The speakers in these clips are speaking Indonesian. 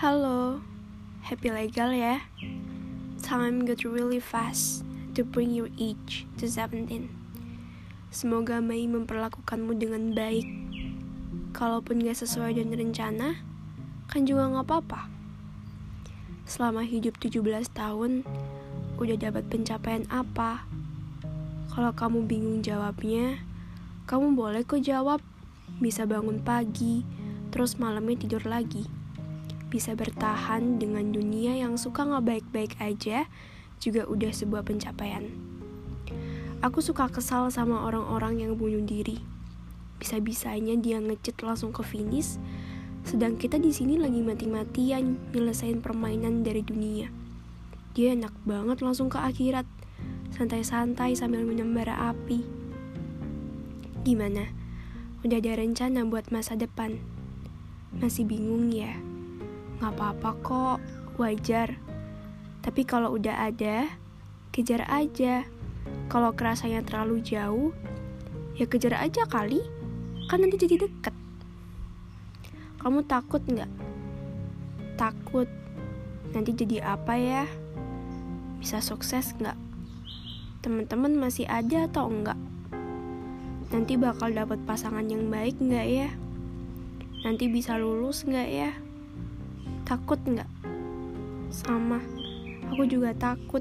Halo, happy legal ya. Time got really fast to bring your age to 17. Semoga Mei memperlakukanmu dengan baik. Kalaupun gak sesuai dengan rencana, kan juga gak apa-apa. Selama hidup 17 tahun, udah dapat pencapaian apa? Kalau kamu bingung jawabnya, kamu boleh kok jawab. Bisa bangun pagi, terus malamnya tidur lagi. Bisa bertahan dengan dunia yang suka gak baik-baik aja, juga udah sebuah pencapaian. Aku suka kesal sama orang-orang yang bunuh diri. Bisa-bisanya dia nge-cheat langsung ke finish, sedang kita di sini lagi mati-matian nyelesain permainan dari dunia. Dia enak banget langsung ke akhirat, santai-santai sambil minum bara api. Gimana? Udah ada rencana buat masa depan? Masih bingung ya? Gak apa-apa kok, wajar. Tapi kalau udah ada, kejar aja. Kalau kerasanya terlalu jauh, ya kejar aja kali. Kan nanti jadi deket. Kamu takut gak? Takut nanti jadi apa ya? Bisa sukses gak? Teman-teman masih ada atau enggak? Nanti bakal dapat pasangan yang baik gak ya? Nanti bisa lulus gak ya? Takut gak? Sama, aku juga takut.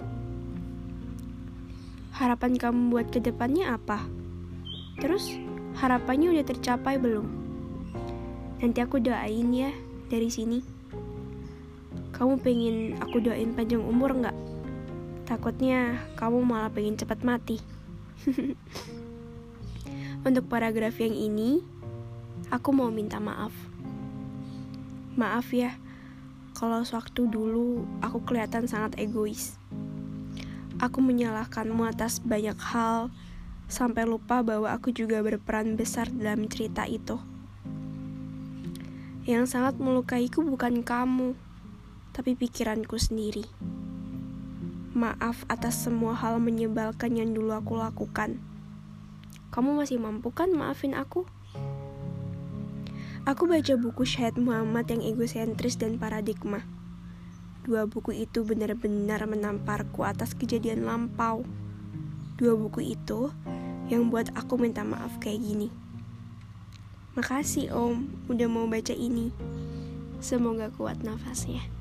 Harapan kamu buat kedepannya apa? Terus, harapannya udah tercapai belum? Nanti aku doain ya, dari sini. Kamu pengen aku doain panjang umur gak? Takutnya kamu malah pengen cepat mati. Untuk paragraf yang ini, aku mau minta maaf. Maaf ya, kalau sewaktu dulu aku kelihatan sangat egois. Aku menyalahkanmu atas banyak hal, sampai lupa bahwa aku juga berperan besar dalam cerita itu. Yang sangat melukaiku bukan kamu, tapi pikiranku sendiri. Maaf atas semua hal menyebalkan yang dulu aku lakukan. Kamu masih mampu kan maafin aku? Aku baca buku Syed Muhammad yang egosentris dan paradigma. Dua buku itu benar-benar menamparku atas kejadian lampau. Dua buku itu yang buat aku minta maaf kayak gini. Makasih Om, udah mau baca ini. Semoga kuat nafasnya.